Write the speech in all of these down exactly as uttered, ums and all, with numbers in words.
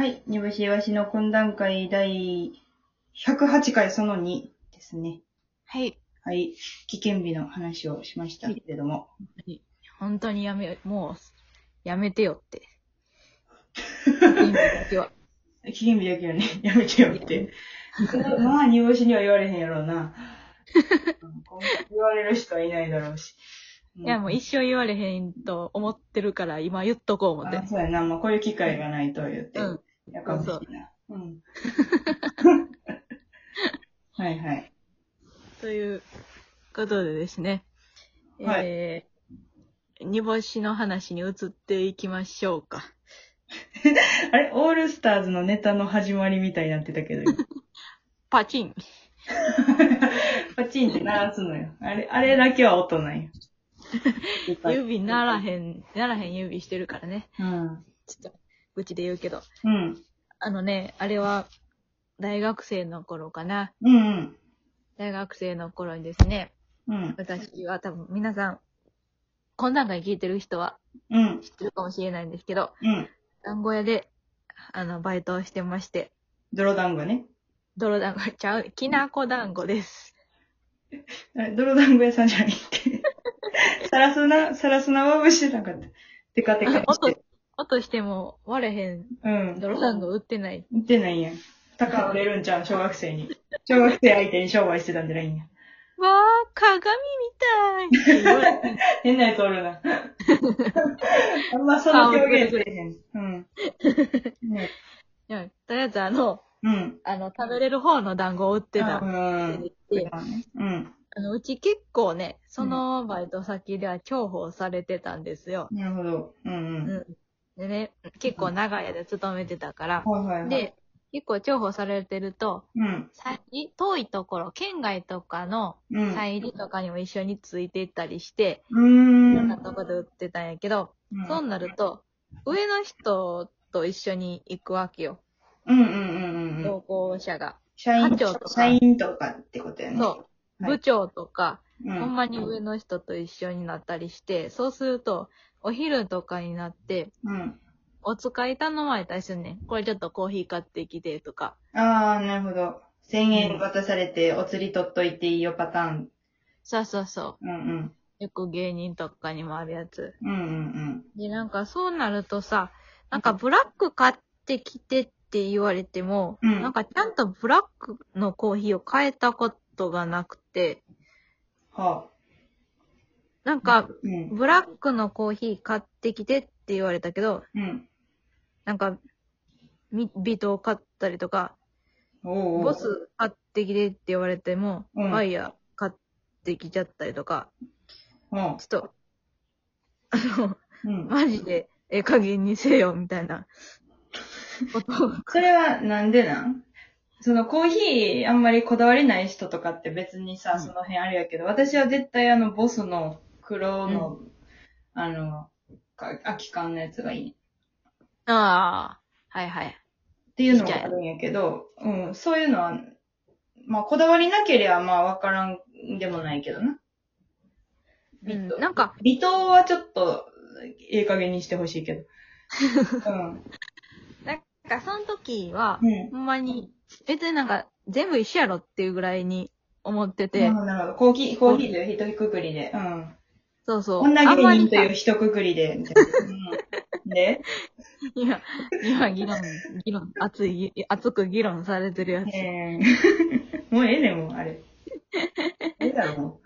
い。煮干しイワシの懇談会第ひゃくはちかいそのにですね。 はい。 はい。危険日の話をしましたけれども。 本当にやめ、もう、やめてよって。危険日だけは。 危険日だけはね、やめてよって。まあ、煮干しには言われへんやろうな。今後言われる人はいないだろうし。 いや、もう一生言われへんと思ってるから、今言っとこう思って。 あ、そうやな。まあ、こういう機会がないと言って。 うん。 やかましいな。うん。はいはい。 ということでですね。 はいえー、煮干しの話に移っていきましょうか。 あれオールスターズのネタの始まりみたいになってたけど。 パチン。 パチンって鳴らすのよ。あれ、あれだけは音なんよ。 指ならへん、ならへん指してるからね。 うん。 ちょっと、うちで言うけど。 うん。 あのね、あれは、大学生の頃かな。 うんうん。 大学生の頃にですね、 うん。 私は多分皆さん、懇談会聞いてる人はうん。 知ってるかもしれないんですけど、 うん。 団子屋で、あの、バイトをしてまして、 泥団子ね。 泥団子ちゃう、きなこ団子です。 あれ、泥団子屋さんじゃないって。サラスナ、サラスナまぶしてなかった。テカテカにし音て。、 音しても割れへんうん。 泥団子売ってない。 言ってないんや。高売れるんちゃう小学生に。小学生相手に商売してたんじゃないんや。 わー、鏡みたいって言われて。 変なやつおるな。あんまその表現せえへん。うん。ね、 いや、とりあえずあの、 うん。 あの、食べれる方の団子を売ってた。 うん。 で、 うん。 あの、うち結構ね、そのバイト先では重宝されてたんですよ。 なるほど。うんうん。 うん。でね、結構長い間勤めてたから。 はいはいはい。 で、結構重宝されてると、 うん。 さ遠いところ、県外とかのうん。 再利とかにも一緒についていったりして、 うーん。 いろんなとこで売ってたんやけど、 うん、 そうなると、上の人と一緒に行くわけよ。 うんうんうんうん。 同行者が。 社員、 課長とか社員とかってことやね。 そう。 はい部長とか、 うん、 ほんまに上の人と一緒になったりして、そうすると、お昼とかになって、 うん。 お使い頼まれたりするねん。これちょっとコーヒー買ってきてとか。 ああ、なるほど。せんえうんん渡されて、お釣り取っといていいよパターン。 そうそうそう。 うんうん。 よく芸人とかにもあるやつ。 うんうんで、なんかそうなるとさ、なんかブラック買ってきてって言われても、 うんなんかちゃんとブラックのコーヒーを変えたことがなくて、 うん。はあ。 なんか、 うん。 ブラックのコーヒー買ってきてって言われたけど、 うん。 なんか、み微糖買ったりとか、 おうおう。 ボス買ってきてって言われても、 うんファイヤー買ってきちゃったりとか、 はあ。 ちょっと、あの、 うん。 マジで、ええ加減にせよ、みたいなことを。 それはなんでなんそのコーヒーあんまりこだわりない人とかって別にさ、 うんその辺あれやけど、私は絶対あのボスの黒の、あの、か空き缶のやつがいい。 ああ、はいはい。 っていうのがあるんやけど、うん、そういうのは、まあ、こだわりなければ、まあ、わからんでもないけどな。 うん、なんか、 微糖はちょっと、ええ加減にしてほしいけど。うん。 なんか、その時は、 うん。 ほんまに、別になんか、全部一緒やろっていうぐらいに思ってて、 なるほど、なるほど。コーヒー、コーヒーという一括りで。うん。 そうそう。 女芸あんまりさ人という一括りで、みたいな。うん。で、 今、今議論、議論、熱い、熱く議論されてるやつ。 えー、もうええねん、もう、あれ。ええだろ、も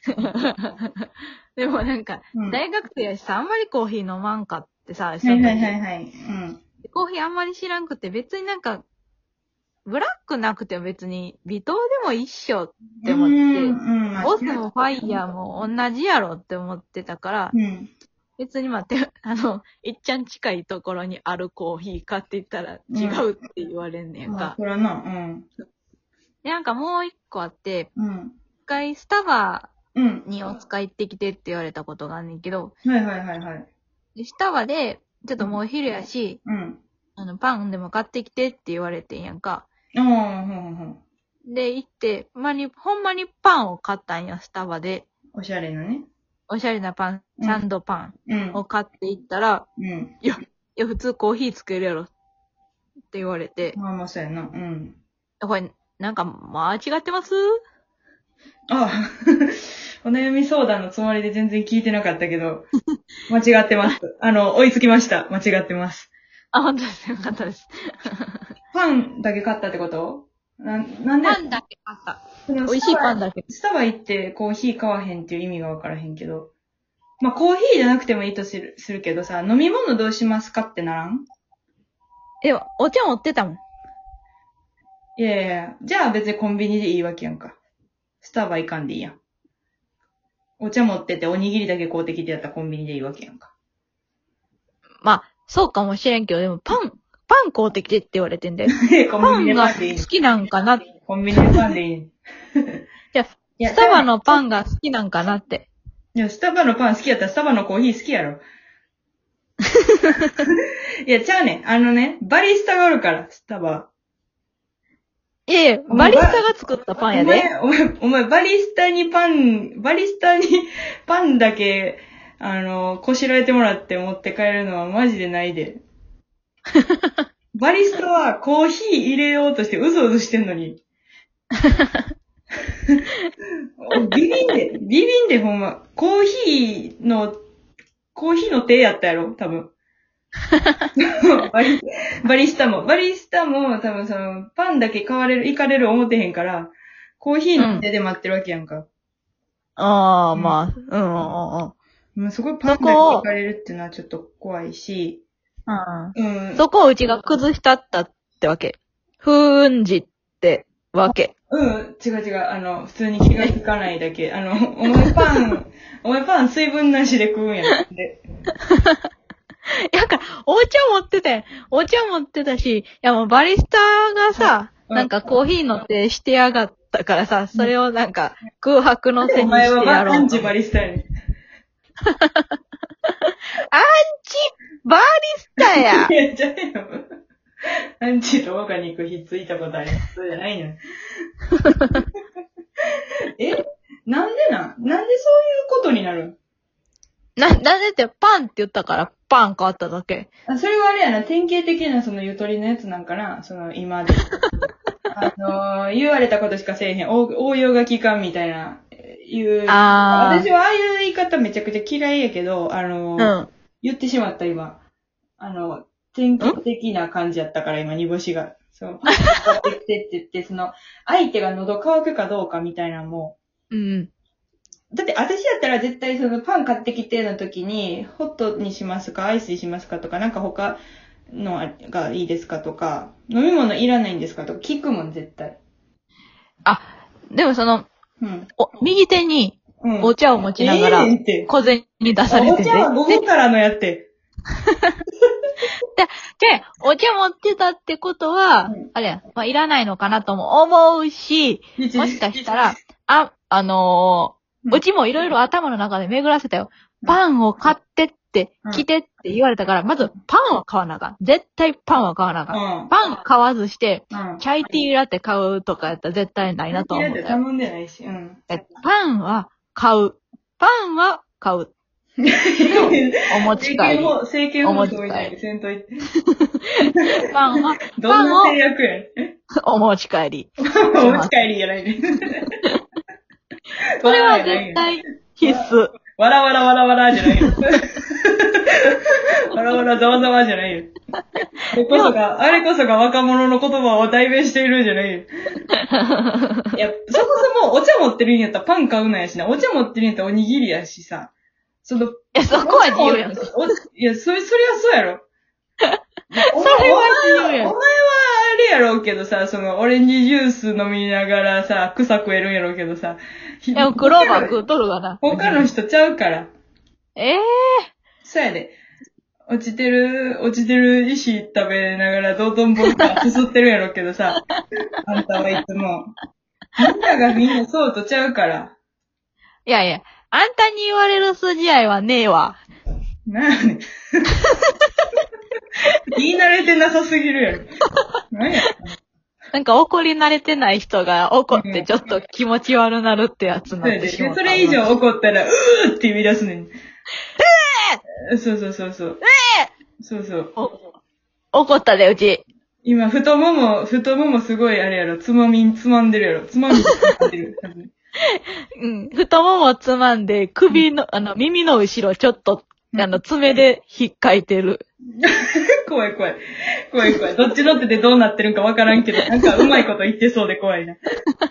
でもなんか、 う。うん。 大学生やしさ、あんまりコーヒー飲まんかってさ、 はいはいはいはい。うん。 コーヒーあんまり知らんくて、別になんか、ブラックなくても別に、微糖でも一緒って思って、 うん、うん。 ボスもファイヤーも同じやろって思ってたから、 うん。 別に待って、あの、いっちゃん近いところにあるコーヒー買って言ったら違うって言われんねんまあ、 か。 そらな、うん。 で、なんかもう一個あって、 うん。 一回スタバうん。 にお使い行ってきてって言われたことがあんねんけど、 はいはいはいはい。 でスタバで、ちょっともうお昼やし、 うん。 あの、パンでも買ってきてって言われてんやんか。 ああ、ほんほんほん。 で、行って、ほんまに、ほんまにパンを買ったんや、スタバで。 おしゃれなね。 おしゃれなパン、 うんサンドパンうん。 を買っていったら、 うん。 いや、いや、普通コーヒーつけるやろってって言われて。 まあまあそうやな。うん。 これ、なんか、間違ってます？ あお悩み相談のつもりで全然聞いてなかったけど、間違ってます。あの、追いつきました。間違ってます。 あ、本当ですよかったです。 パンだけ買ったってことな、なんでパンだけ買った。美味しいパンだけ。 スタバ行ってコーヒー買わへんっていう意味がわからへんけど。まあ、コーヒーじゃなくてもいいとする、するけどさ、飲み物どうしますかってならん？ え、お茶持ってたもん。 いやいや、じゃあ別にコンビニでいいわけやんか。スタバ行かんでいいやん。お茶持ってておにぎりだけ買うてきてやったらコンビニでいいわけやんか。 まあ、そうかもしれんけど、でもパン、パン買うてきてって言われてんで。 コパンがンビニでパンでいい好きなんかな。 コンビニでパンでいい。 いや、スタバのパンが好きなんかなって。 いや、スタバのパン好きやったらスタバのコーヒー好きやろ。いや、ちゃうねん。あのね、バリスタがおるから、スタバ。 いやいや、バリスタが作ったパンやで。 お前、お前、お前バリスタにパン、バリスタにパンだけ、あの、こしらえてもらって持って帰るのはマジでないで。バリスタはコーヒー入れようとしてうずうずしてんのに。ビビンで、ビビンでほんま、コーヒーの、コーヒーの手やったやろ多分。バリ、バリスタも、バリスタも多分その、パンだけ買われる、行かれる思ってへんから、コーヒーの手で待ってるわけやんか。うん、 ああ、まあ、うん、うん、うん。もうすごいパンだけ行かれるっていうのはちょっと怖いし、 うん。うん。そこをうちが崩したったってわけ。ふーんじってわけ。 うん、違う違う。あの、普通に気が利かないだけ。あの、お前パン、お前パン水分なしで食うんやんで。 やから、お茶持ってて、お茶持ってたし、いやもうバリスタがさ、うん、なんかコーヒーの手してやがったからさ、それをなんか空白の手にしてやろう。お前はアンチバリスタやねん。 アンチバリスタや。 いや、じゃねえよ。アンチとオーガニックひっついたことあります。そうじゃないのよ。えなんでなんなんでそういうことになるな、なんでってパンって言ったからパン変わっただけ。 あ、それはあれやな、典型的なそのゆとりのやつなんかな、その今で。あのー、言われたことしかせえへん、応応用が効かんみたいな、いう。あ私はああいう言い方めちゃくちゃ嫌いやけど、あのー、うん、言ってしまった今。あの、典型的な感じやったから今、煮干しが。そう、パン買ってきてって言って、その、相手が喉乾くかどうかみたいなのも、 うん。 だって私やったら絶対そのパン買ってきての時に、ホットにしますか、アイスにしますかとか、なんか他のがいいですかとか、飲み物いらないんですかとか聞くもん、絶対。 あ、でもその、 うん、 お右手にお茶を持ちながら、小銭に出されてて。 お茶は午後からのやって。 で、で、お茶持ってたってことは、うん、あれや、まあ、いらないのかなとも思うし、もしかしたら、あ、あのー、うちもいろいろ頭の中で巡らせたよ。パンを買ってって、来てって言われたから、まずパンは買わなあかん。絶対パンは買わなあかん。うん、パン買わずして、うん、チャイティーラテ買うとかやったら絶対ないなと思う。チャイティーラテ頼んでないし。うん、パンは買う。パンは買う。お持ち帰り。 政権放送みたいにせんといて。 パンは、 どんな制約やん。 お持ち帰り。 お持ち帰りじゃないね。 それは絶対必須。 わらわらわらわらじゃないよ。わらわらざわざわじゃないよ。あれこそが、あれこそが若者の言葉を代弁しているじゃないよ。いや、そもそもお茶持ってるんやったらパン買うのやしな。お茶持ってるんやったらおにぎりやしさ。その、いや、そこは自由やん。いや、それ、そりゃそうやろ。 それは自由やん。 お前はあれやろうけどさ、その、オレンジジュース飲みながらさ、草食えるんやろうけどさ。 いや、クローバー食うとるがな。 他の人ちゃうから。 ええー。 そうやで。落ちてる、落ちてる石食べながら道頓堀からすすってるんやろうけどさ。あんたはいつも。みんながみんなそうとちゃうから。 いやいや。あんたに言われる筋合いはねえわ。 なやねん。言い慣れてなさすぎるやろ。なんや。 なんか怒り慣れてない人が怒ってちょっと気持ち悪なるってやつになってしまう。 それ以上怒ったら、うーって言い出すねん。えーそうそうそうそう。 えーそうそう。 お、怒ったで、うち。 今、太もも、太ももすごいあれやろ。つまみん、つまんでるやろ。つまみんつまんでる。 うん。太ももつまんで、首の、あの、耳の後ろちょっと、あの、爪で引っかいてる。 怖い怖い。怖い怖い。どっちの手でどうなってるんかわからんけど、なんかうまいこと言ってそうで怖いな。 と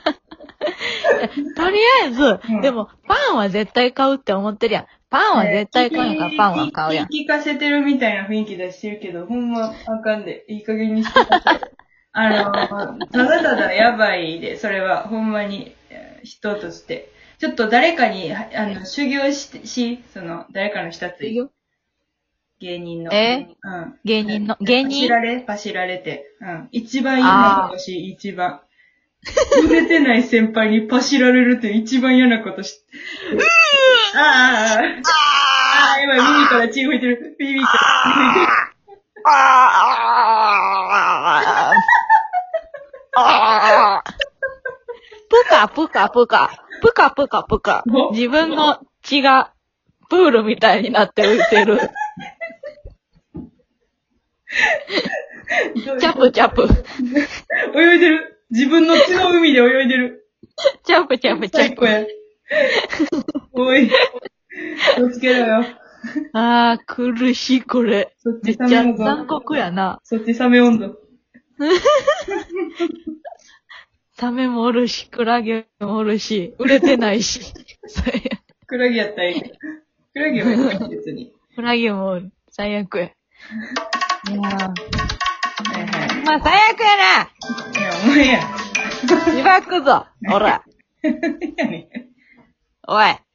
りあえず、うん、でも、パンは絶対買うって思ってるやん。パンは絶対買うから、パンは買うやん。 聞かせてるみたいな雰囲気出してるけど、ほんまあかんで、いい加減にしてください。あの、ただただやばいで、それはほんまに人として。ちょっと誰かに、あの、修行し、し、その、誰かの下つい。芸人の。 えうん。 芸人の、芸人パシられパシられて。うん。一番嫌なことし、一番。売れてない先輩にパシられるって一番嫌なことし、ああ、ああ、ああ、今耳から血吹いてる。耳から血吹いてる。ああ、ぷかぷかぷか、ぷかぷかぷか。自分の血がプールみたいになって浮いてる。チャプチャプ。 泳いでる。自分の血の海で泳いでる。 チャプチャプチャプ。 おい。気をつけろよ。 あー、苦しいこれ。 そっちめっちゃ残酷やな。 そっちサメ温度。 サメもおるし、クラゲもおるし、売れてないし。 クラゲやったらいい。クラゲはいい別に。 クラゲもおる。最悪や。いやー。はいはい。まあ、最悪やな。 いや、お前や。 自爆ぞ。ほら。おい。